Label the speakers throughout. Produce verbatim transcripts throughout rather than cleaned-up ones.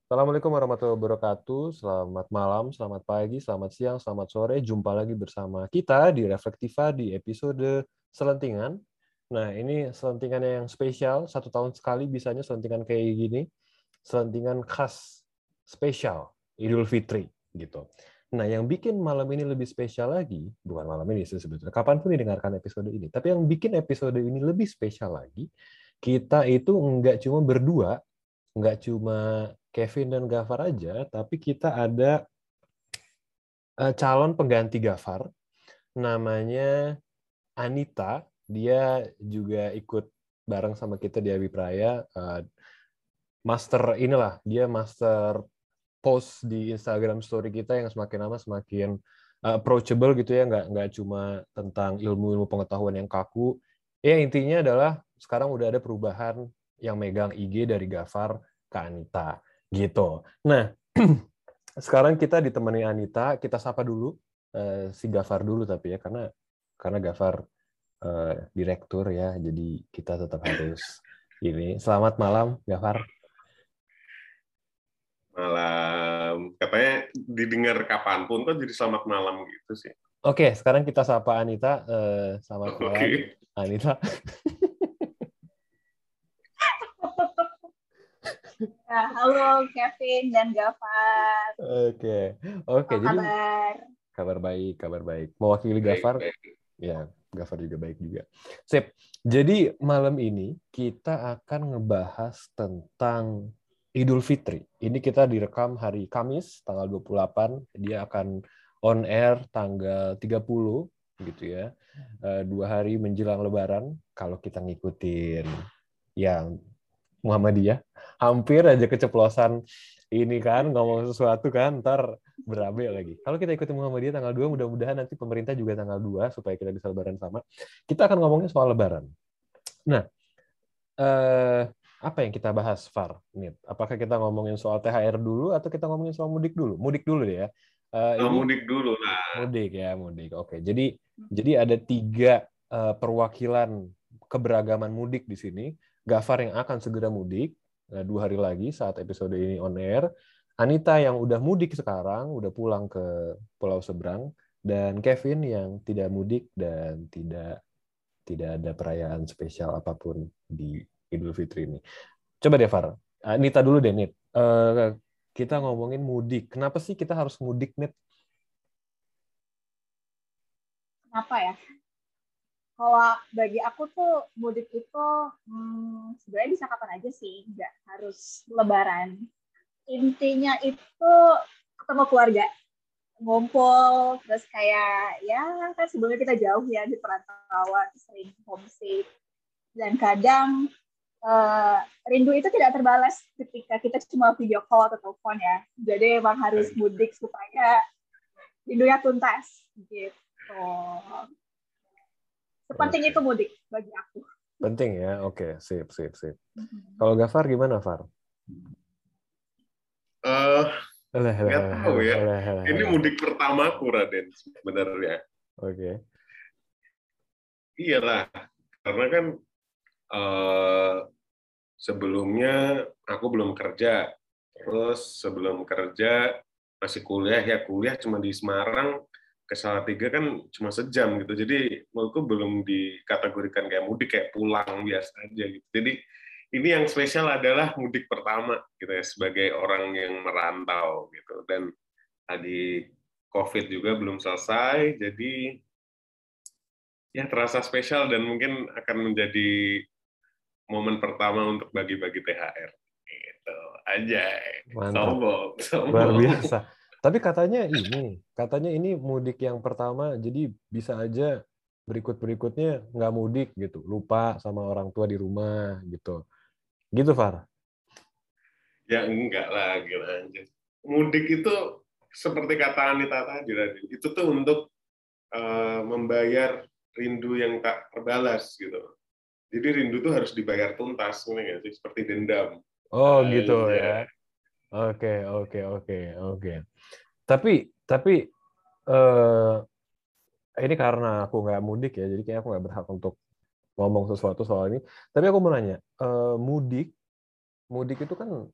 Speaker 1: Assalamualaikum warahmatullahi wabarakatuh. Selamat malam, selamat pagi, selamat siang, selamat sore. Jumpa lagi bersama kita di Reflektiva di episode Selentingan. Nah, ini selentingan yang spesial. Satu tahun sekali bisanya selentingan kayak gini. Selentingan khas spesial Idul Fitri gitu. Nah, yang bikin malam ini lebih spesial lagi, bukan malam ini sih sebetulnya, kapanpun didengarkan episode ini, tapi yang bikin episode ini lebih spesial lagi, kita itu nggak cuma berdua, nggak cuma Kevin dan Gafar aja, tapi kita ada uh, calon pengganti Gafar, namanya Anita. Dia juga ikut bareng sama kita di Abipraya. Uh, master inilah, dia master post di Instagram story kita yang semakin lama semakin uh, approachable gitu ya, nggak nggak cuma tentang ilmu-ilmu pengetahuan yang kaku. Ya intinya adalah sekarang udah ada perubahan yang megang I G dari Gafar ke Anita gitu. Nah, sekarang kita ditemani Anita, kita sapa dulu uh, si Gafar dulu tapi ya karena karena Gafar uh, direktur ya, jadi kita tetap harus ini. Selamat malam Gafar.
Speaker 2: Malam. Katanya didengar kapanpun kok jadi selamat malam gitu sih.
Speaker 1: Oke, sekarang kita sapa Anita. Uh, selamat malam,
Speaker 2: Oke.
Speaker 1: Anita.
Speaker 3: Ya, halo Kevin dan Gafar.
Speaker 1: Oke, oke.
Speaker 3: Apa
Speaker 1: Jadi
Speaker 3: kabar?
Speaker 1: kabar baik, kabar baik. Mewakili
Speaker 2: Baik,
Speaker 1: Gafar,
Speaker 2: baik.
Speaker 1: ya Gafar juga baik juga. Sip. Jadi malam ini kita akan ngebahas tentang Idul Fitri. Ini kita direkam hari Kamis, tanggal dua puluh delapan. Dia akan on air tanggal tiga puluh, gitu ya. Eh, Dua hari menjelang Lebaran, kalau kita ngikutin yang Muhammadiyah. Hampir aja keceplosan ini kan, ngomong sesuatu kan, ntar berabe lagi. Kalau kita ikuti Muhammadiyah tanggal dua, mudah-mudahan nanti pemerintah juga tanggal dua, supaya kita bisa lebaran sama. Kita akan ngomongin soal lebaran. Nah, eh, apa yang kita bahas, Far? Nit? Apakah kita ngomongin soal T H R dulu, atau kita ngomongin soal mudik dulu? Mudik dulu deh ya. Eh,
Speaker 2: Oh,
Speaker 1: ini
Speaker 2: mudik dulu lah.
Speaker 1: mudik ya, mudik. Oke, jadi jadi ada tiga eh, perwakilan keberagaman mudik di sini. Gafar yang akan segera mudik eh, dua hari lagi saat episode ini on air. Anita yang udah mudik sekarang, udah pulang ke Pulau Seberang, dan Kevin yang tidak mudik dan tidak tidak ada perayaan spesial apapun di Idul Fitri ini. Coba deh, Far. Anita dulu deh, Nit. Eh, kita ngomongin mudik. Kenapa sih kita harus mudik, Nit?
Speaker 3: Kenapa ya? Kalau bagi aku tuh mudik itu hmm, sebenarnya bisa kapan aja sih, nggak harus Lebaran. Intinya itu ketemu keluarga, ngumpul, terus kayak ya kan sebelumnya kita jauh ya di perantauan, sering homesick, dan kadang uh, rindu itu tidak terbalas ketika kita cuma video call atau telepon ya. Jadi emang harus mudik supaya rindunya tuntas gitu. Sepenting
Speaker 1: Oke.
Speaker 3: itu mudik bagi aku.
Speaker 1: Penting ya, oke, sip, sip, sip.
Speaker 3: Mm-hmm.
Speaker 1: Kalau Gafar gimana, Far?
Speaker 2: Eh,
Speaker 1: Alah, alah,
Speaker 2: nggak
Speaker 1: alah,
Speaker 2: tahu
Speaker 1: alah,
Speaker 2: ya.
Speaker 1: alah, alah,
Speaker 2: Ini
Speaker 1: alah.
Speaker 2: mudik pertamaku, Raden, sebenarnya.
Speaker 1: Oke.
Speaker 2: Iyalah, karena kan eh, sebelumnya aku belum kerja. Terus sebelum kerja masih kuliah, ya kuliah cuma di Semarang, ke Salatiga kan cuma sejam gitu. Jadi menurutku belum dikategorikan kayak mudik, kayak pulang biasa aja gitu. Jadi ini yang spesial adalah mudik pertama gitu ya, sebagai orang yang merantau gitu. Dan tadi COVID juga belum selesai, jadi ya terasa spesial dan mungkin akan menjadi momen pertama untuk bagi-bagi T H R. Gitu aja.
Speaker 1: Mantap.
Speaker 2: Sombong,
Speaker 1: Luar
Speaker 2: sombong.
Speaker 1: biasa. Tapi katanya ini, katanya ini mudik yang pertama, jadi bisa aja berikut-berikutnya nggak mudik gitu, lupa sama orang tua di rumah gitu. Gitu, Far?
Speaker 2: Ya enggak lah, gila aja. Mudik itu seperti kata Anita tadi, Radin, itu tuh untuk uh, membayar rindu yang tak terbalas gitu. Jadi rindu tuh harus dibayar tuntas, ini sih? Seperti dendam.
Speaker 1: Oh, gitu ya.
Speaker 2: Aja.
Speaker 1: Oke, oke, oke, oke. Tapi, tapi eh, ini karena aku nggak mudik ya, jadi kayak aku nggak berhak untuk ngomong sesuatu soal ini. Tapi aku mau nanya, eh, mudik, mudik itu kan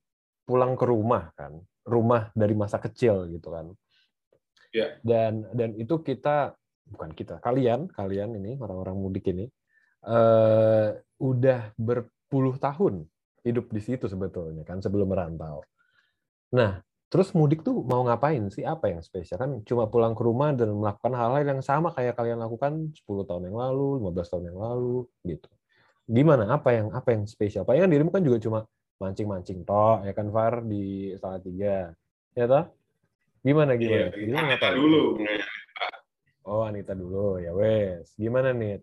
Speaker 1: pulang ke rumah kan, rumah dari masa kecil gitu kan.
Speaker 2: Ya.
Speaker 1: Dan dan itu kita bukan kita, kalian, kalian ini orang-orang mudik ini uh, udah berpuluh tahun hidup di situ sebetulnya kan sebelum merantau. Nah, terus mudik tuh mau ngapain sih? Apa yang spesial? Kan cuma pulang ke rumah dan melakukan hal-hal yang sama kayak kalian lakukan sepuluh tahun yang lalu, lima belas tahun yang lalu gitu. Gimana? Apa yang apa yang spesial? Palingan dirimu kan juga cuma mancing-mancing toh, ya kan Far di Salatiga. Ya toh? Gimana gimana?
Speaker 2: Iya,
Speaker 1: Dirimu
Speaker 2: Anita
Speaker 1: ngapain?
Speaker 2: dulu.
Speaker 1: Oh, Anita dulu. Ya wes. Gimana nih?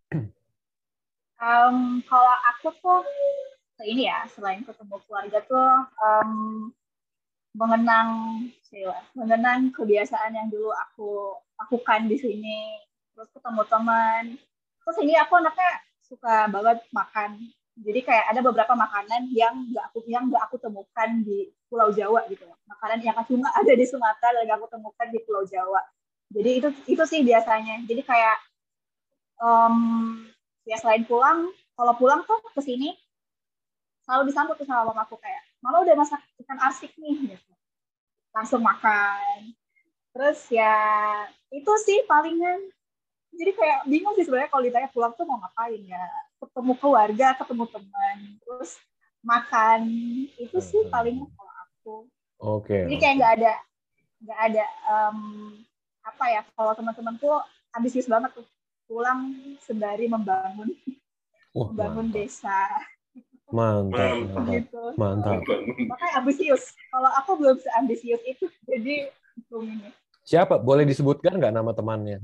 Speaker 3: Um, kalau aku tuh ini ya, selain ketemu keluarga tuh um, mengenang sila, mengenang kebiasaan yang dulu aku lakukan di sini, terus ketemu teman. Terus ini aku anaknya suka banget makan. Jadi kayak ada beberapa makanan yang nggak aku yang nggak aku temukan di Pulau Jawa gitu. Makanan yang cuma ada di Sumatera dan nggak aku temukan di Pulau Jawa. Jadi itu itu sih biasanya. Jadi kayak um, ya selain pulang, kalau pulang tuh ke sini selalu disambut tuh sama mamaku kayak, mama udah masak ikan arsik nih, gitu. Langsung makan. Terus ya itu sih palingan. Jadi kayak bingung sih sebenarnya kalau ditanya pulang tuh mau ngapain ya. Ketemu keluarga, ketemu teman, terus makan. Itu sih palingan kalau aku.
Speaker 1: Oke. Okay,
Speaker 3: Jadi
Speaker 1: okay.
Speaker 3: kayak nggak ada nggak ada um, apa ya, kalau teman-temanku ambisius banget tuh pulang sembari membangun
Speaker 1: uh,
Speaker 3: membangun
Speaker 1: mantap.
Speaker 3: desa.
Speaker 1: Mantap, mantap,
Speaker 3: gitu.
Speaker 1: mantap.
Speaker 3: Makanya ambisius. Kalau aku belum seambisius itu, jadi belum ini.
Speaker 1: Siapa? Boleh disebutkan nggak nama temannya?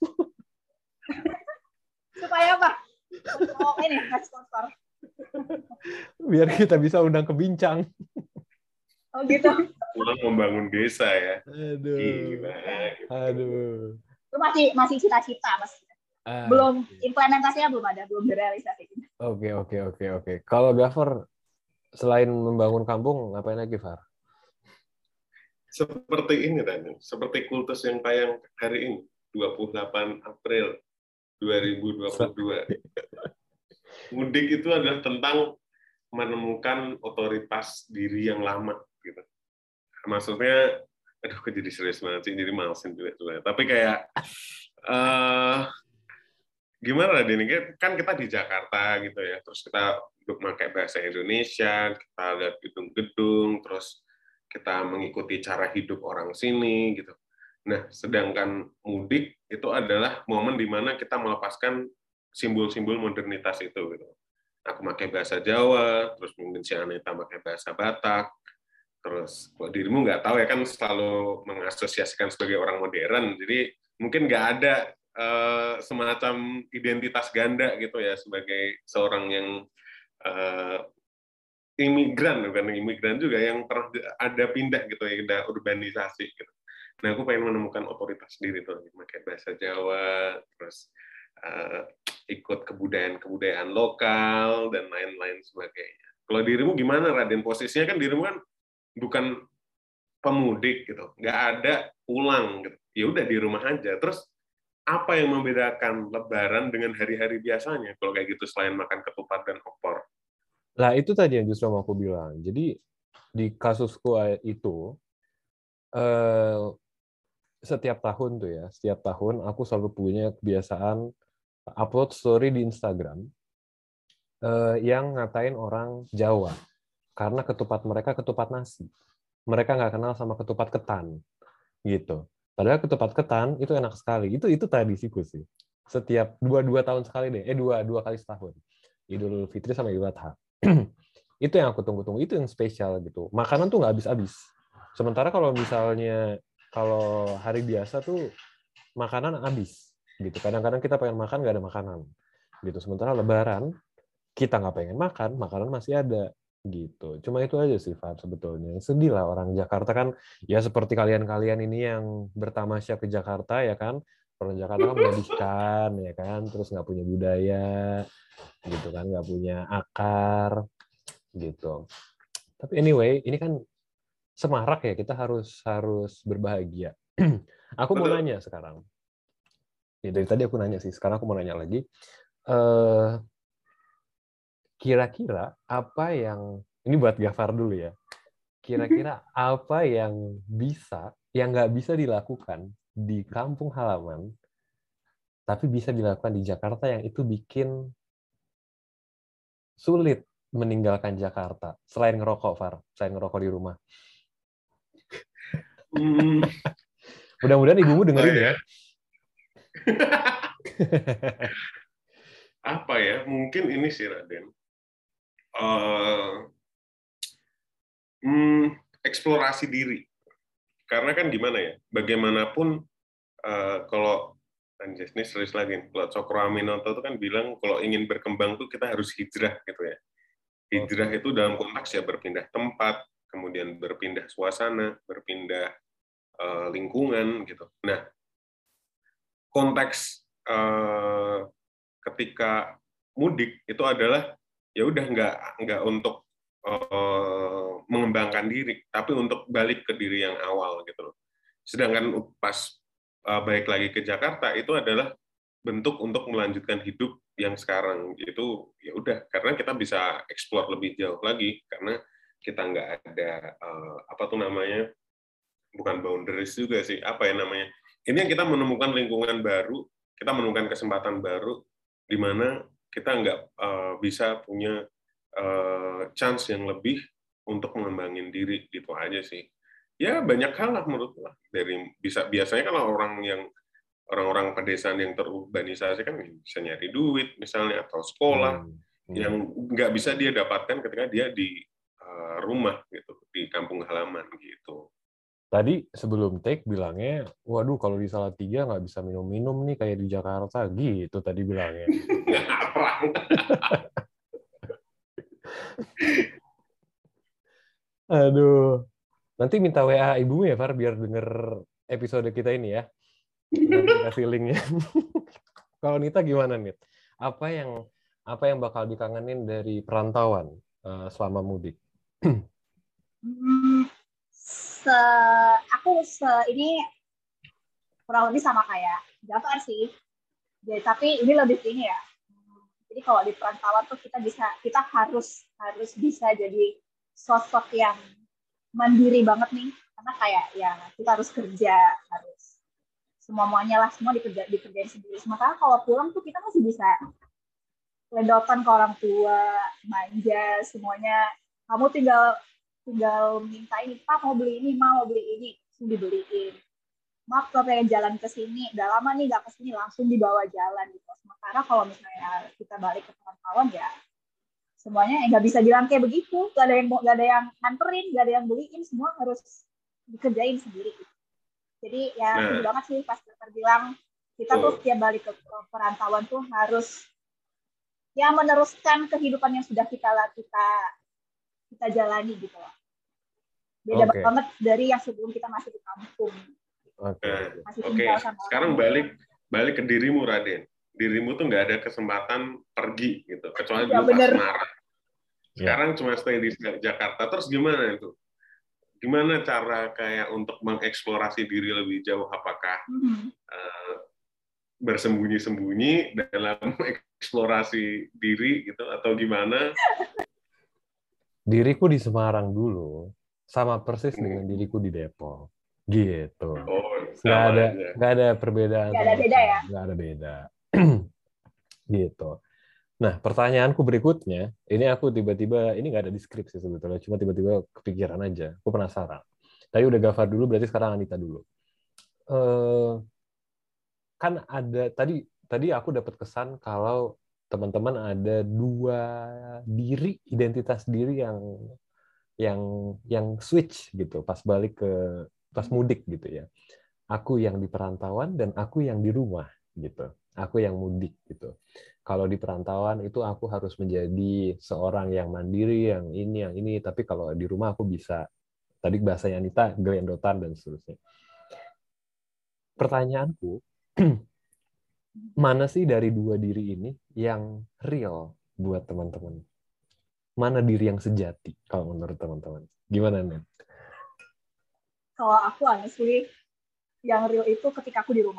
Speaker 3: Supaya apa? Oh ini sponsor.
Speaker 1: Biar kita bisa undang ke bincang.
Speaker 3: Oh gitu.
Speaker 2: Pulang membangun desa ya.
Speaker 1: Aduh.
Speaker 2: Gila.
Speaker 1: Aduh.
Speaker 3: Itu masih masih cita-cita mas. Ah, belum implementasinya belum ada, belum direalisasi.
Speaker 1: Oke oke oke oke. Kalau Gafar selain membangun kampung ngapain lagi, Far?
Speaker 2: Seperti ini Daniel, seperti kultus yang tayang hari ini, dua puluh delapan April dua ribu dua puluh dua. Mudik itu adalah tentang menemukan otoritas diri yang lama gitu. Maksudnya, aduh kok jadi serius banget sih, jadi malesin juga sebenarnya. Tapi kayak uh, gimana Dini? Kan kita di Jakarta gitu ya, terus kita memakai bahasa Indonesia, kita lihat gedung-gedung, terus kita mengikuti cara hidup orang sini gitu. Nah, sedangkan mudik itu adalah momen di mana kita melepaskan simbol-simbol modernitas itu gitu. Aku pakai bahasa Jawa, terus mungkin si Anita pakai bahasa Batak, terus kok dirimu nggak tahu ya kan selalu mengasosiasikan sebagai orang modern, jadi mungkin nggak ada uh, semacam identitas ganda gitu ya sebagai seorang yang uh, imigran, bukan imigran juga, yang pernah ada pindah gitu ya, pindah urbanisasi gitu. Nah, aku pengen menemukan otoritas diri tuh, pakai bahasa Jawa, terus uh, ikut kebudayaan-kebudayaan lokal dan lain-lain sebagainya. Kalau dirimu gimana, Raden? Posisinya kan dirimu kan bukan pemudik gitu, nggak ada pulang gitu. Ya udah di rumah aja. Terus apa yang membedakan Lebaran dengan hari-hari biasanya kalau kayak gitu selain makan ketupat dan opor?
Speaker 1: Nah, itu tadi yang justru mau aku bilang. Jadi, di kasusku itu, eh, setiap tahun tuh ya, setiap tahun aku selalu punya kebiasaan upload story di Instagram eh, yang ngatain orang Jawa. Karena ketupat mereka ketupat nasi. Mereka nggak kenal sama ketupat ketan. Gitu. Padahal ketupat ketan itu enak sekali. Itu itu tradisiku sih. Setiap dua dua tahun sekali deh. Eh, dua, dua kali setahun. Idul Fitri sama Idul Adha. Itu yang aku tunggu-tunggu, itu yang spesial gitu. Makanan tuh nggak habis-habis. Sementara kalau misalnya kalau hari biasa tuh makanan habis gitu. Kadang-kadang kita pengen makan nggak ada makanan gitu. Sementara Lebaran kita nggak pengen makan, makanan masih ada gitu. Cuma itu aja sih Far sebetulnya. Sedih lah orang Jakarta kan ya seperti kalian-kalian ini yang bertamasya ke Jakarta ya kan. Orang Jakarta kan menyedihkan ya kan, terus nggak punya budaya gitu kan, nggak punya akar gitu. Tapi anyway, ini kan semarak ya, kita harus harus berbahagia. Aku mau nanya sekarang. Ya, dari tadi aku nanya sih, sekarang aku mau nanya lagi. Uh, kira-kira apa yang, ini buat Gafar dulu ya, kira-kira apa yang bisa, yang nggak bisa dilakukan di kampung halaman, tapi bisa dilakukan di Jakarta yang itu bikin sulit meninggalkan Jakarta. Selain ngerokok, Far. Selain ngerokok di rumah.
Speaker 2: Hmm,
Speaker 1: Mudah-mudahan ibumu dengerin ya.
Speaker 2: Apa ya? Mungkin ini sih, Raden. Uh, hmm, eksplorasi diri. Karena kan gimana ya? Bagaimanapun uh, kalau Anjas ini serius lagi. Kalau Cokro Aminoto itu kan bilang kalau ingin berkembang tuh kita harus hijrah gitu ya. Hijrah itu dalam konteks ya berpindah tempat, kemudian berpindah suasana, berpindah uh, lingkungan gitu. Nah, konteks uh, ketika mudik itu adalah ya udah nggak nggak untuk uh, mengembangkan diri, tapi untuk balik ke diri yang awal gitu loh. Sedangkan pas uh, balik lagi ke Jakarta itu adalah bentuk untuk melanjutkan hidup yang sekarang itu ya udah karena kita bisa explore lebih jauh lagi karena kita nggak ada uh, apa tuh namanya bukan boundaries juga sih apa ya namanya ini yang kita menemukan lingkungan baru kita menemukan kesempatan baru di mana kita nggak uh, bisa punya uh, chance yang lebih untuk mengembangin diri gitu aja sih ya banyak hal lah menurut lah dari bisa biasanya kalau orang yang orang-orang pedesaan yang terurbanisasi kan bisa nyari duit misalnya atau sekolah hmm. Hmm. yang nggak bisa dia dapatkan ketika dia di uh, rumah gitu di kampung halaman gitu.
Speaker 1: Tadi sebelum take bilangnya, waduh kalau di Salatiga nggak bisa minum-minum nih kayak di Jakarta gitu tadi bilangnya. Aduh, nanti minta W A ibumu ya Far biar denger episode kita ini ya. Nanti kasih linknya. Kalau Nita gimana Nit? Apa yang apa yang bakal dikangenin dari perantauan uh, selama mudik?
Speaker 3: hmm, se aku se ini kurang lebih sama kayak Jafar sih. Jadi tapi ini lebih ini ya. Jadi kalau di perantauan tuh kita bisa kita harus harus bisa jadi sosok yang mandiri banget nih. Karena kayak ya kita harus kerja, harus semua-muanya lah semua dikerja, dikerjain sendiri. Sementara kalau pulang tuh kita masih bisa ledotan ke orang tua, manja, semuanya. Kamu tinggal tinggal minta ini, Pak mau beli ini, mau beli ini, langsung dibeliin. Maaf kalau pengen jalan ke sini, udah lama nih nggak ke sini, langsung dibawa jalan gitu. Sementara kalau misalnya kita balik ke perantauan ya semuanya nggak bisa bilang kayak begitu, nggak ada yang nggak ada yang nganterin, nggak ada yang beliin, semua harus dikerjain sendiri. Gitu. Jadi ya setuju nah. banget sih pas dokter bilang kita oh. tuh setiap balik ke perantauan tuh harus ya meneruskan kehidupan yang sudah kita kita kita jalani gitu loh. Beda okay. banget dari yang sebelum kita masih di kampung.
Speaker 1: Oke.
Speaker 2: Okay. Oke. Okay. Sekarang balik balik ke dirimu Raden. Dirimu tuh nggak ada kesempatan pergi gitu, kecuali ya, dulu pas Semarang. Sekarang ya. Cuma stay di Jakarta. Terus gimana itu? Gimana cara kayak untuk mengeksplorasi diri lebih jauh? Apakah mm-hmm. uh, bersembunyi-sembunyi dalam eksplorasi diri gitu atau gimana?
Speaker 1: Diriku di Semarang dulu sama persis hmm. dengan diriku di Depok. Gitu.
Speaker 2: Oh,
Speaker 1: nggak ada nggak ada perbedaan.
Speaker 3: Nggak ada beda ya?
Speaker 1: Nggak ada beda. Gitu. Nah, pertanyaanku berikutnya, ini aku tiba-tiba, ini nggak ada di skrip sih sebetulnya, cuma tiba-tiba kepikiran aja. Aku penasaran. Tadi udah Gafar dulu, berarti sekarang Anita dulu. Uh, kan ada tadi tadi aku dapat kesan kalau teman-teman ada dua diri, identitas diri yang yang yang switch gitu pas balik ke pas mudik gitu ya. Aku yang di perantauan dan aku yang di rumah gitu. Aku yang mudik gitu. Kalau di perantauan itu aku harus menjadi seorang yang mandiri, yang ini, yang ini. Tapi kalau di rumah aku bisa, tadi bahasanya Anita, gelendotan dan seterusnya. Pertanyaanku, mana sih dari dua diri ini yang real buat teman-teman? Mana diri yang sejati kalau menurut teman-teman? Gimana, Net?
Speaker 3: Kalau aku honestly, yang real itu ketika aku di rumah.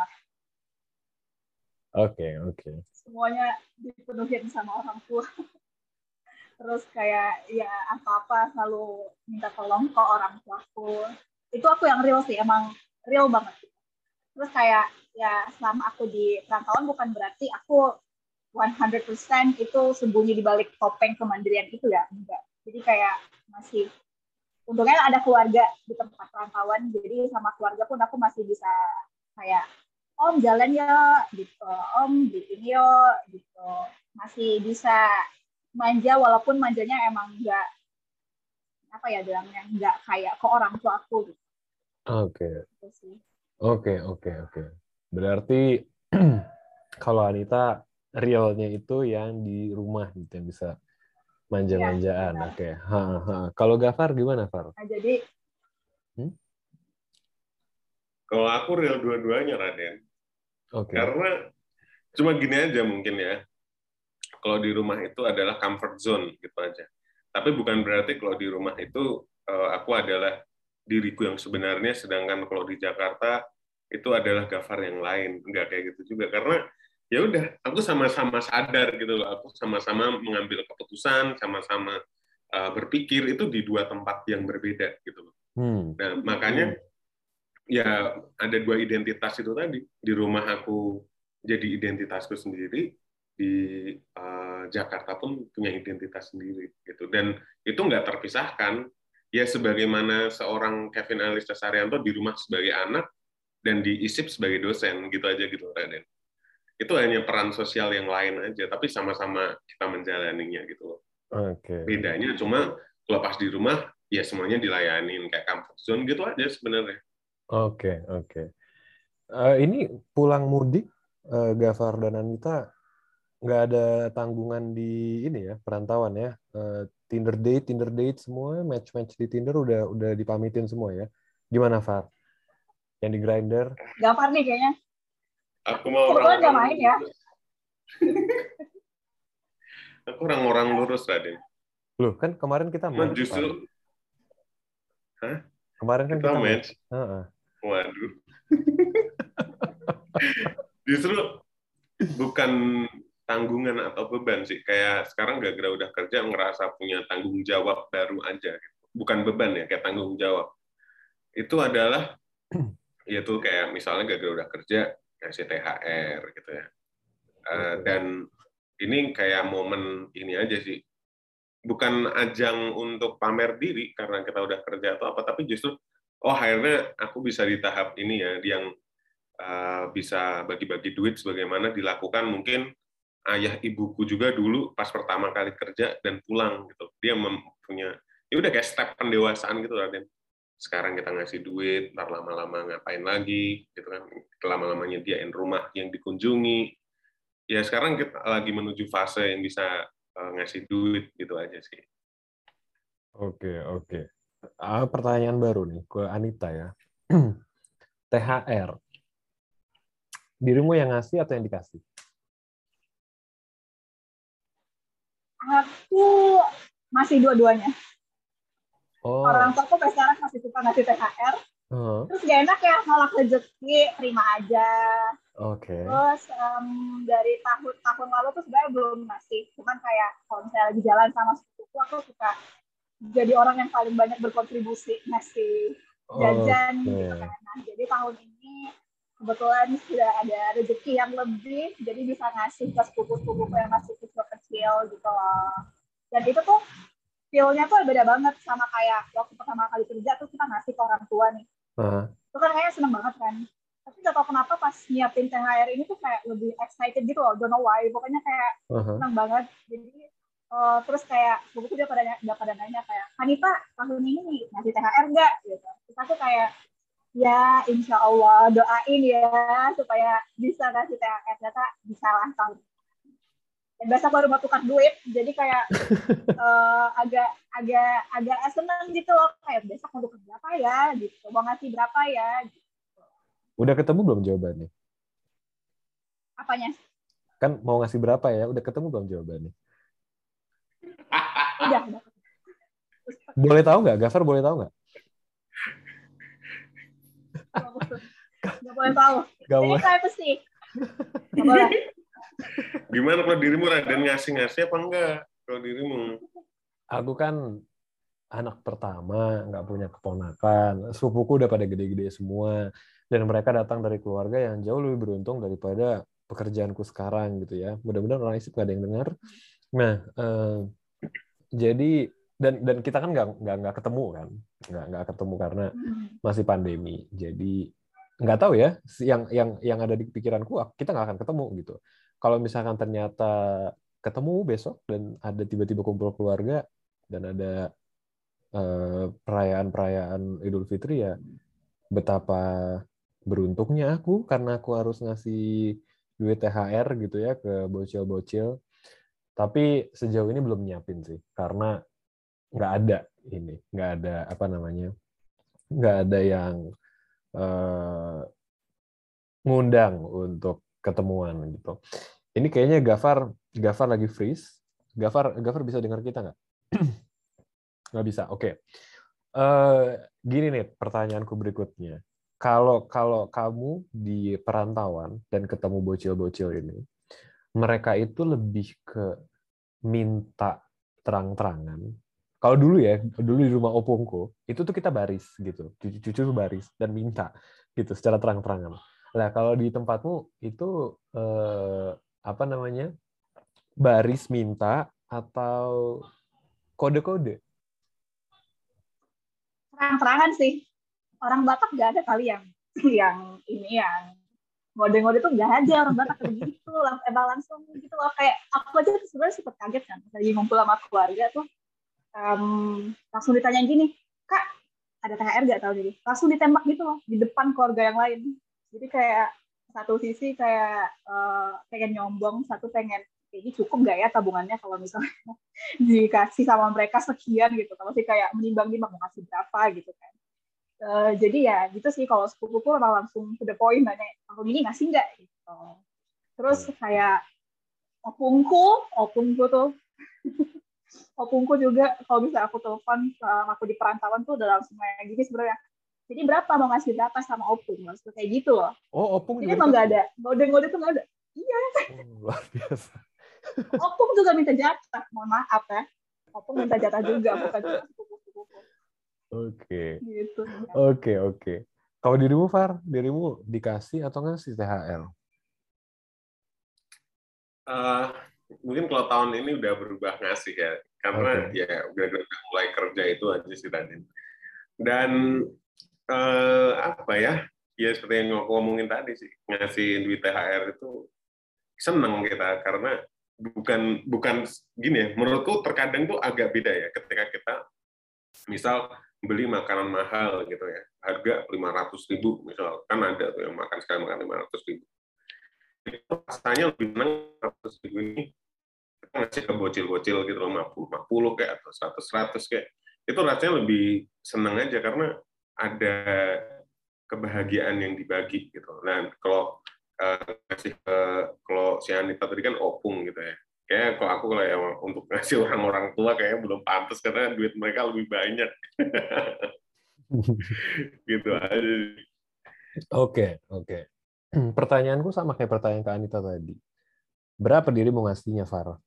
Speaker 1: Oke, okay, oke. Okay.
Speaker 3: Semuanya dipenuhin sama orang tua. terus kayak ya apa-apa selalu minta tolong ke orang tuaku. Itu aku yang real sih, emang real banget. Terus kayak ya selama aku di perantauan bukan berarti aku seratus persen itu sembunyi di balik topeng kemandirian itu ya, enggak. Jadi kayak masih, untungnya ada keluarga di tempat perantauan, jadi sama keluarga pun aku masih bisa kayak, om jalan ya, gitu, om bikin yo, gitu. Masih bisa manja, walaupun manjanya emang enggak, apa ya bilangnya, enggak kayak ke orang tua aku. Gitu.
Speaker 1: Oke.
Speaker 3: Gitu
Speaker 1: Oke, oke, oke. Berarti kalau Anita realnya itu yang di rumah gitu, yang bisa manja-manjaan.
Speaker 3: Ya,
Speaker 1: oke. Ha, ha. Kalau Gafar gimana, Far?
Speaker 3: nah, jadi
Speaker 1: Hmm?
Speaker 2: Kalau aku real dua-duanya, Raden.
Speaker 1: Oke.
Speaker 2: Karena cuma gini aja mungkin ya. Kalau di rumah itu adalah comfort zone gitu aja. Tapi bukan berarti kalau di rumah itu aku adalah diriku yang sebenarnya, sedangkan kalau di Jakarta itu adalah Gafar yang lain. Enggak kayak gitu juga. Karena ya udah, aku sama-sama sadar gitu loh. Aku sama-sama mengambil keputusan, sama-sama uh, berpikir itu di dua tempat yang berbeda gitu loh. Hmm. Nah, makanya ya ada dua identitas itu tadi. Di rumah aku jadi identitasku sendiri, di uh, Jakarta pun punya identitas sendiri gitu. Dan itu nggak terpisahkan. Ya sebagaimana seorang Kevin Alista Saryanto di rumah sebagai anak dan di I S I P sebagai dosen gitu aja gitu, Raden. Itu hanya peran sosial yang lain aja, tapi sama-sama kita menjalaninya gitu loh.
Speaker 1: Okay.
Speaker 2: Bedanya cuma kalau pas di rumah ya semuanya dilayanin kayak comfort zone gitu aja sebenarnya.
Speaker 1: Oke, okay, oke. Okay. Uh, ini pulang mudik, uh, Gafar dan Anita nggak ada tanggungan di ini ya, perantauan ya. Uh, Tinder date, Tinder date semua, match-match di Tinder udah udah dipamitin semua ya. Gimana, Far? Yang di Grindr?
Speaker 3: Gafar nih kayaknya.
Speaker 2: Aku mau
Speaker 3: orang nggak main ya.
Speaker 2: Aku orang-orang lurus, Raden.
Speaker 1: Loh, kan kemarin kita match.
Speaker 2: Justru, hah?
Speaker 1: Kemarin kan kita, kita match. match.
Speaker 2: Uh-uh. Waduh. Justru bukan tanggungan atau beban sih. Kayak sekarang gara-gara udah kerja ngerasa punya tanggung jawab baru aja. Bukan beban ya, kayak tanggung jawab. Itu adalah, yaitu kayak misalnya gara-gara udah kerja, kasih T H R gitu ya. Uh, dan ini kayak momen ini aja sih. Bukan ajang untuk pamer diri karena kita udah kerja atau apa, tapi justru, oh akhirnya aku bisa di tahap ini ya, yang uh, bisa bagi-bagi duit sebagaimana dilakukan mungkin ayah ibuku juga dulu pas pertama kali kerja dan pulang gitu. Dia mempunyai, ya udah kayak step pendewasaan gitu Raden. Sekarang kita ngasih duit, ntar lama-lama ngapain lagi, gitu kan? Lama-lamanya diain rumah yang dikunjungi. Ya sekarang kita lagi menuju fase yang bisa uh, ngasih duit gitu aja sih.
Speaker 1: Oke, oke. Ah, pertanyaan baru nih ke Anita ya. T H R. Dirimu yang ngasih atau yang dikasih?
Speaker 3: Aku masih dua-duanya.
Speaker 1: Oh.
Speaker 3: Orang tua aku sampai sekarang masih suka ngasih T H R. Uh-huh. Terus gak enak ya nolak rezeki, terima aja.
Speaker 1: Oke. Okay.
Speaker 3: Terus um, dari tahun-tahun lalu tuh sebenarnya belum ngasih. Cuman kayak kalau misalnya lagi jalan sama sepupuku, aku suka jadi orang yang paling banyak berkontribusi ngasih jajan okay. gitu kan. Nah, jadi tahun ini kebetulan sudah ada rezeki yang lebih, jadi bisa ngasih ke sepupu-sepupuku yang masih kecil-kecil gitu loh. Dan itu tuh feel-nya tuh beda banget sama kayak waktu pertama kali kerja tuh kita ngasih ke orang tua nih. Uh-huh. Itu kan kayaknya seneng banget kan. Tapi gak tau kenapa pas nyiapin T H R ini tuh kayak lebih excited gitu loh. Don't know why. Pokoknya kayak uh-huh. seneng banget. Jadi uh, terus kayak buku dia pada udah pada nanya kayak, Hanifah tahun ini ngasih T H R nggak? Gitu. Terus aku kayak, ya insya Allah doain ya supaya bisa ngasih T H R. Ternyata bisa lah tahun. Dan besok baru mau tukar duit, jadi kayak uh, agak agak agak seneng gitu loh. Kayak besok mau tukar berapa ya? Gitu. Mau ngasih berapa ya? Gitu.
Speaker 1: Udah ketemu belum jawabannya?
Speaker 3: Apanya?
Speaker 1: Kan mau ngasih berapa ya? Udah ketemu belum jawabannya?
Speaker 3: Udah. udah.
Speaker 1: Boleh tahu nggak? Gafar boleh tahu nggak?
Speaker 3: Nggak boleh tahu.
Speaker 1: Gak
Speaker 3: Ini privacy. Nggak boleh.
Speaker 2: Gimana kalau dirimu Raden ngasih-ngasih apa enggak? Kalau dirimu?
Speaker 1: aku kan anak pertama, nggak punya keponakan, sepupuku udah pada gede-gede semua, dan mereka datang dari keluarga yang jauh lebih beruntung daripada pekerjaanku sekarang gitu ya. Mudah-mudahan orang isip nggak ada yang dengar. Nah, eh, jadi dan dan kita kan nggak nggak nggak ketemu kan, nggak nggak ketemu karena masih pandemi. Jadi nggak tahu ya, yang yang yang ada di pikiranku kita nggak akan ketemu gitu. Kalau misalkan ternyata ketemu besok dan ada tiba-tiba kumpul keluarga dan ada eh, perayaan-perayaan Idul Fitri ya, betapa beruntungnya aku karena aku harus ngasih duit T H R gitu ya ke bocil-bocil. Tapi sejauh ini belum nyiapin sih, karena nggak ada ini, nggak ada apa namanya, nggak ada yang uh, ngundang untuk ketemuan gitu. Ini kayaknya Gafar, Gafar lagi freeze. Gafar, Gafar bisa dengar kita nggak? Nggak bisa. Oke. Okay. Uh, gini nih pertanyaanku berikutnya. Kalau kalau kamu di perantauan dan ketemu bocil-bocil ini, mereka itu lebih ke minta terang-terangan. Kalau dulu ya, dulu di rumah opungku, itu tuh kita baris gitu. Cucu-cucu baris dan minta gitu secara terang-terangan. Nah, kalau di tempatmu itu eh, apa namanya? Baris minta atau kode-kode?
Speaker 3: Terang-terangan sih. Orang Batak nggak ada kali yang yang ini yang ngode-ngode tuh nggak ada orang Batak begitu, lang emang langsung gitu loh. Kayak aku aja tuh sebenarnya sempat kaget kan, lagi ngumpul sama keluarga tuh, um, langsung ditanyain gini, Kak, ada T H R nggak tahun ini? Langsung ditembak gitu loh, di depan keluarga yang lain. Jadi kayak satu sisi kayak uh, pengen nyombong, satu pengen, ini cukup nggak ya tabungannya kalau misalnya dikasih sama mereka sekian gitu. Kalau sih kayak menimbang-nimbang mau kasih berapa gitu kan. Uh, jadi ya gitu sih, kalau sepupuku memang langsung to the point, nanya tahun ini ngasih nggak gitu. Terus kayak opungku, opungku tuh opungku juga kalau bisa aku telepon sama aku di perantauan tuh udah langsung kayak gini sebenarnya. Jadi berapa mau ngasih berapa sama opung, langsung kayak gitu loh.
Speaker 1: Oh, opung
Speaker 3: jadi
Speaker 1: juga
Speaker 3: emang nggak ada ngode-ngode tuh nggak ada. Iya.
Speaker 1: Oh, luar biasa.
Speaker 3: Opung juga minta jatah, mohon maaf ya. Opung minta jatah juga, bukan cuma sepupu-sepupu.
Speaker 1: Oke.
Speaker 3: Gitu.
Speaker 1: Oke, oke. Kalau dirimu, Far, dirimu dikasih atau ngasih T H R?
Speaker 2: Uh, mungkin kalau tahun ini udah berubah ngasih ya, karena okay. ya udah, udah mulai kerja itu aja sih tadi. Dan uh, apa ya, ya seperti yang ngomongin tadi sih, ngasih duit T H R itu seneng kita, karena bukan bukan gini ya, menurutku terkadang tuh agak beda ya, ketika kita misal beli makanan mahal gitu ya, harga lima ratus ribu misal, kan ada tuh yang makan sekali makan lima ratus ribu. Itu rasanya lebih senang lima ratus ribu ini kita ngasih ke bocil-bocil gitu, lima puluh lima puluh kayak atau seratus seratus kayak. Itu rasanya lebih senang aja karena ada kebahagiaan yang dibagi gitu. Nah, kalau ngasih uh, ke kalau si Anita tadi kan opung gitu ya. Kayak kalau aku kalau yang untuk ngasih orang-orang tua kayaknya belum pantas karena duit mereka lebih banyak. Gitu aja.
Speaker 1: Oke, oke. Pertanyaanku sama kayak pertanyaan Kak Anita tadi. Berapa diri mau ngasihnya, Farah?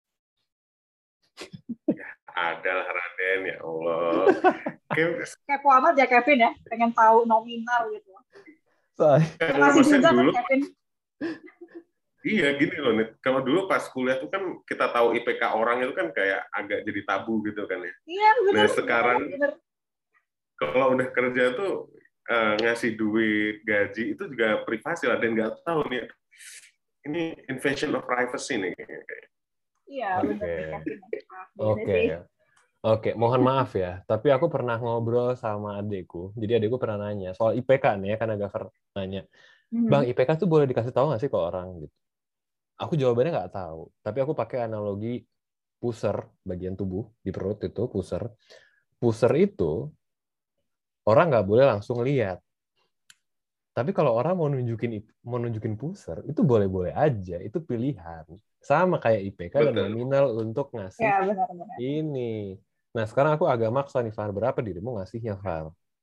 Speaker 2: Ya, ada lah Raden, ya Allah.
Speaker 3: Kepo amat ya Kevin ya, pengen tahu nominal gitu.
Speaker 2: Masih juga dulu, kan Kevin? Iya gini loh, Nit. Kalau dulu pas kuliah tuh kan kita tahu I P K orang itu kan kayak agak jadi tabu gitu kan ya.
Speaker 3: Iya benar.
Speaker 2: Nah sekarang bener. Kalau udah kerja tuh uh, ngasih duit gaji itu juga privasi lah, dan nggak tahu nih ini invasion of privacy nih kayak.
Speaker 3: Iya benar.
Speaker 1: Oke. Oke, mohon maaf ya, tapi aku pernah ngobrol sama adekku. Jadi adekku pernah nanya soal I P K nih ya, karena Gafar nanya, Bang, I P K tuh boleh dikasih tahu nggak sih ke orang gitu? Aku jawabannya nggak tahu, tapi aku pakai analogi pusar bagian tubuh di perut itu pusar. Pusar itu orang nggak boleh langsung lihat. Tapi kalau orang mau nunjukin mau nunjukin pusar itu boleh-boleh aja, itu pilihan. Sama kayak I P K Betul. Dan nominal untuk ngasih
Speaker 3: ya, benar, benar.
Speaker 1: ini. Nah sekarang aku agak maksa nih, Far, berapa dirimu ngasihnya, Far?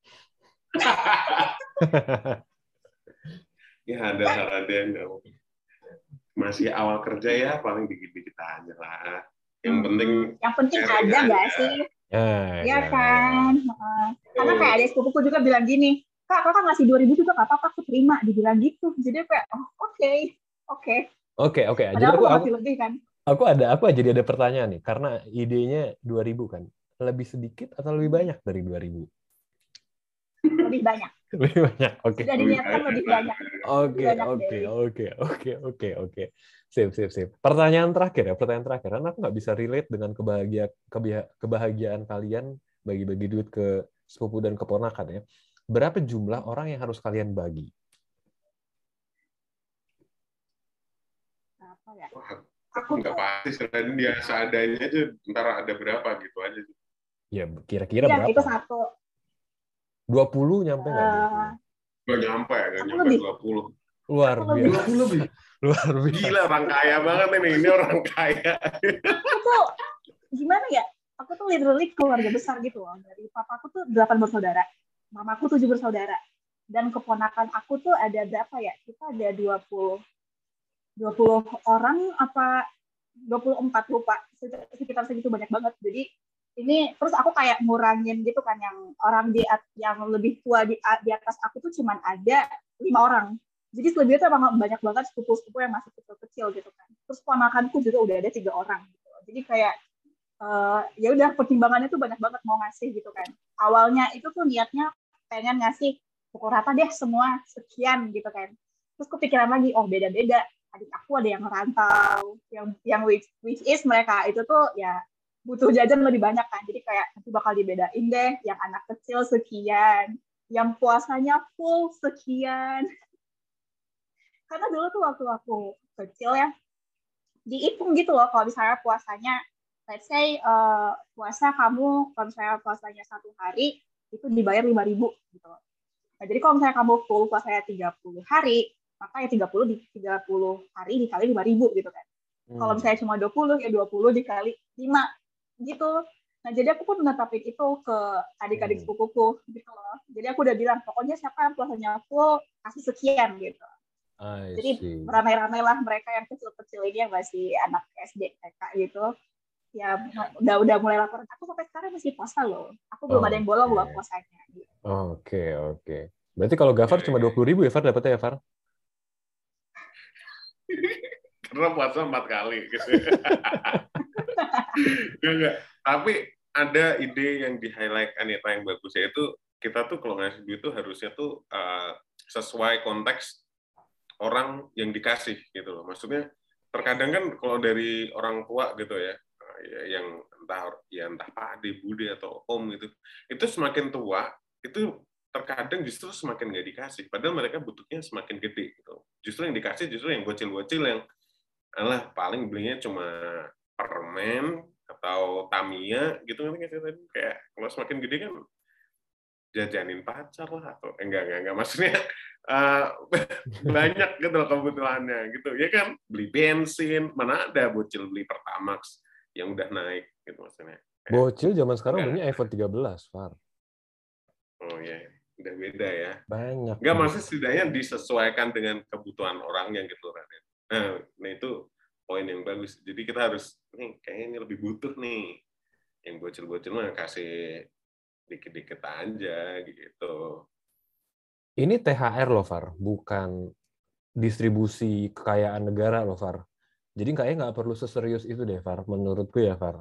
Speaker 2: Ya ada Raden. Masih awal kerja ya, paling dikit-dikit aja lah. Yang penting
Speaker 3: yang penting ada nggak sih?
Speaker 1: Ya,
Speaker 3: Ya
Speaker 1: ya.
Speaker 3: kan. Uh, karena kayak ada sepupuku juga bilang gini, kak kakak ngasih dua ribu juga nggak apa-apa, aku terima, dibilang gitu. Jadi kayak oh oke okay. oke. Okay.
Speaker 1: Oke oke. Jadi
Speaker 3: Padahal
Speaker 1: aku
Speaker 3: aku
Speaker 1: aku,
Speaker 3: masih lebih kan.
Speaker 1: aku ada aku jadi ada pertanyaan nih, karena idenya dua ribu kan, lebih sedikit atau lebih banyak dari dua ribu?
Speaker 3: Lebih banyak.
Speaker 1: Lebih banyak. Oke.
Speaker 3: Sudah diniatkan lebih banyak.
Speaker 1: Oke oke oke oke oke oke. Sip sip sip. Pertanyaan terakhir ya, pertanyaan terakhir. Karena aku nggak bisa relate dengan kebahagiaan kebahagiaan kalian bagi-bagi duit ke sepupu dan keponakan ya. Berapa jumlah orang yang harus kalian bagi?
Speaker 3: Apa ya?
Speaker 2: Wah, aku nggak pasti, selain dia seadanya aja, ntar ada berapa gitu aja.
Speaker 1: Ya, kira-kira
Speaker 3: ya,
Speaker 1: berapa?
Speaker 3: Itu satu.
Speaker 1: dua puluh nyampe nggak?
Speaker 3: Uh,
Speaker 2: Nggak nyampe, nggak nyampe
Speaker 3: lebih.
Speaker 2: dua puluh.
Speaker 1: Luar
Speaker 3: aku
Speaker 1: biasa.
Speaker 2: dua puluh lebih.
Speaker 1: Luar biasa.
Speaker 2: Gila, orang kaya banget ini. Ini orang kaya.
Speaker 3: Aku tuh, gimana ya? Aku tuh literally keluarga besar gitu loh. Dari papaku tuh delapan bersaudara. Mamaku tujuh bersaudara. Dan keponakan aku tuh ada berapa ya? Kita ada dua puluh orang apa dua puluh empat, lupa. Sekitar segitu, banyak banget. Jadi ini terus aku kayak ngurangin gitu kan, yang orang di yang lebih tua di, di atas aku tuh cuman ada lima orang. Jadi selebihnya tuh emang banyak banget sepupu-sepupu yang masih kecil-kecil gitu kan. Terus ponakanku juga udah ada tiga orang gitu. Jadi kayak uh, ya udah, pertimbangannya tuh banyak banget mau ngasih gitu kan. Awalnya itu tuh niatnya pengen ngasih pukul rata deh semua sekian gitu kan. Terus kepikiran lagi, oh beda-beda. Adik aku ada yang rantau, yang yang which, which is mereka itu tuh ya butuh jajan lebih banyak kan. Jadi kayak nanti bakal dibedain deh, yang anak kecil sekian, yang puasanya full sekian. Karena dulu tuh waktu aku kecil ya, dihitung gitu loh, kalau misalnya puasanya, let's say uh, puasa kamu, kalau misalnya puasanya satu hari, itu dibayar lima ribu gitu loh. Nah, jadi kalau misalnya kamu full puasanya tiga puluh hari, maka ya tiga puluh di tiga puluh hari dikali lima ribu gitu kan. Hmm. Kalau misalnya cuma dua puluh, ya dua puluh dikali lima gitu. Nah, jadi aku pun menetapin itu ke adik-adik sepupuku gitu loh. Jadi aku udah bilang, pokoknya siapa yang puasanya full, kasih sekian gitu. Jadi ramai-ramai lah mereka yang kecil-kecil ini yang masih anak S D, T K gitu. Ya udah udah mulai laporan. Aku sampai sekarang masih puasa loh. Aku belum oh, ada yang bolong okay. loh puasanya. Gitu.
Speaker 1: Oke, okay, oke. Okay. Berarti kalau Gafar cuma dua puluh ribu ya, Far, dapetnya ya, Far?
Speaker 2: Karena puasa empat kali gitu. Enggak, tapi ada ide yang di-highlight Anita yang bagus, yaitu kita tuh kalau ngasih duit tuh harusnya tuh uh, sesuai konteks orang yang dikasih gitu loh. Maksudnya terkadang kan kalau dari orang tua gitu ya, yang entah ya entah Pak Ade, Bude atau Om gitu, itu semakin tua itu terkadang justru semakin nggak dikasih, padahal mereka butuhnya semakin gede gitu. Justru yang dikasih justru yang bocil-bocil yang alah paling belinya cuma permen atau Tamiya gitu kan, kayak kalau semakin gede kan jajanin pacar lah atau enggak enggak enggak maksudnya uh, banyak gitu loh kebutuhannya gitu ya kan, beli bensin, mana ada bocil beli Pertamax yang udah naik gitu maksudnya.
Speaker 1: Bocil zaman sekarang belinya iPhone tiga belas, Far.
Speaker 2: Oh ya, udah beda ya.
Speaker 1: Banyak.
Speaker 2: Enggak, maksudnya setidaknya disesuaikan dengan kebutuhan orang yang gitu Raden. Nah, nah itu poin yang bagus. Jadi kita harus nih kayaknya ini lebih butuh nih. Yang bocil-bocil mah kasih dikit-dikit aja gitu.
Speaker 1: Ini T H R loh, Far, bukan distribusi kekayaan negara loh, Far. Jadi kayaknya nggak perlu seserius itu deh, Far, menurutku ya, Far.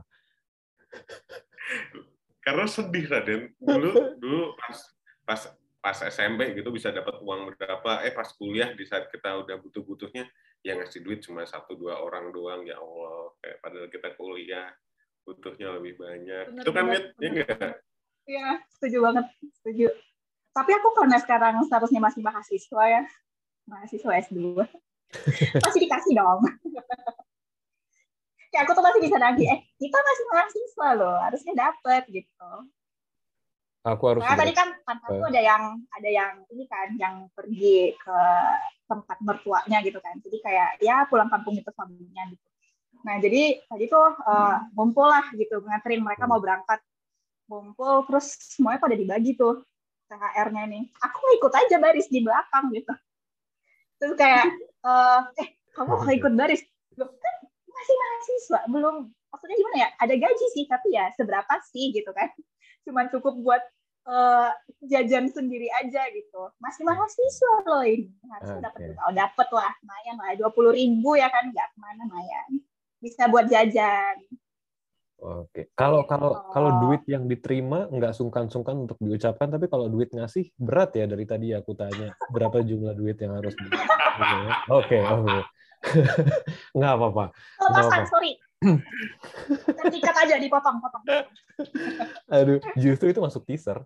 Speaker 2: Karena sedih, Raden. Dulu dulu pas pas pas S M P gitu bisa dapat uang berapa, eh pas kuliah di saat kita udah butuh-butuhnya, yang ngasih duit cuma satu dua orang doang, ya Allah. Kayak padahal kita kuliah butuhnya lebih banyak. Bener, itu kan bener, ya enggak?
Speaker 3: Iya, setuju banget, setuju. Tapi aku karena sekarang statusnya masih mahasiswa ya, mahasiswa S dua, masih dikasih dong. Kayak aku tuh masih bisa nagih, eh kita masih mahasiswa loh, harusnya dapet gitu.
Speaker 1: Aku harus.
Speaker 3: Nah, tadi kan kantorku ada yang ada yang ini kan, yang pergi ke tempat mertuanya gitu kan. Jadi kayak ya pulang kampung itu suaminya gitu. Nah jadi tadi tuh uh, ngumpul lah gitu, nganterin mereka mau berangkat. Ngumpul terus semuanya pada dibagi tuh T H R-nya nih. Aku ikut aja baris di belakang gitu. Terus kayak uh, eh kamu ikut baris? Loh, kan masih mahasiswa, belum, maksudnya gimana ya, ada gaji sih, tapi ya seberapa sih gitu kan, cuman cukup buat uh, jajan sendiri aja gitu, masih mahasiswa loh ini, harusnya dapat,
Speaker 1: Oke.
Speaker 3: oh dapat lah, lumayan lah, dua puluh ribu ya kan, nggak kemana, lumayan, bisa buat jajan.
Speaker 1: Oke. Kalau
Speaker 3: Gitu.
Speaker 1: kalau kalau duit yang diterima nggak sungkan-sungkan untuk diucapkan, tapi kalau duit ngasih berat ya, dari tadi aku tanya berapa jumlah duit yang harus di. Oke, oke. Nggak apa-apa. Nggak
Speaker 3: Lepasan,
Speaker 1: apa-apa.
Speaker 3: sorry. Tingkat aja, dipotong-potong.
Speaker 1: Aduh, justru itu masuk teaser.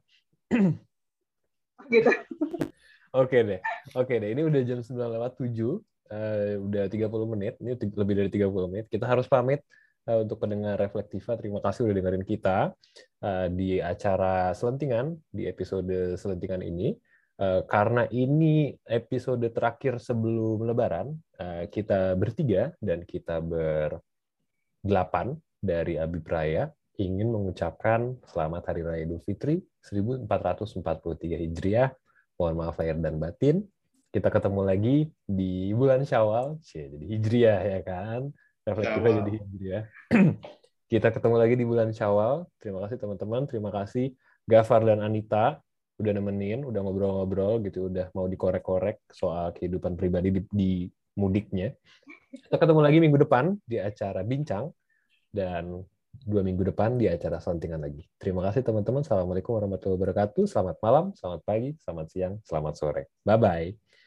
Speaker 3: Gitu.
Speaker 1: Oke deh. Oke deh, ini udah jam sembilan lewat tujuh. Uh, udah tiga puluh menit. Ini lebih dari tiga puluh menit. Kita harus pamit. Uh, untuk pendengar Reflektiva, terima kasih udah dengerin kita uh, di acara Selentingan, di episode Selentingan ini. Uh, karena ini episode terakhir sebelum Lebaran, uh, kita bertiga dan kita berdelapan dari Abi Praya ingin mengucapkan Selamat Hari Raya Idul Fitri seribu empat ratus empat puluh tiga Hijriah. Mohon maaf lahir dan batin. Kita ketemu lagi di bulan Syawal, Cie, jadi Hijriah ya kan. Reflektiva jadi Hijriah. Kita ketemu lagi di bulan Syawal. Terima kasih teman-teman, terima kasih Gafar dan Anita udah nemenin, udah ngobrol-ngobrol gitu, udah mau dikorek-korek soal kehidupan pribadi di, di mudiknya. Kita ketemu lagi minggu depan di acara Bincang dan dua minggu depan di acara Selentingan lagi. Terima kasih teman-teman. Assalamualaikum warahmatullahi wabarakatuh. Selamat malam, selamat pagi, selamat siang, selamat sore. Bye-bye.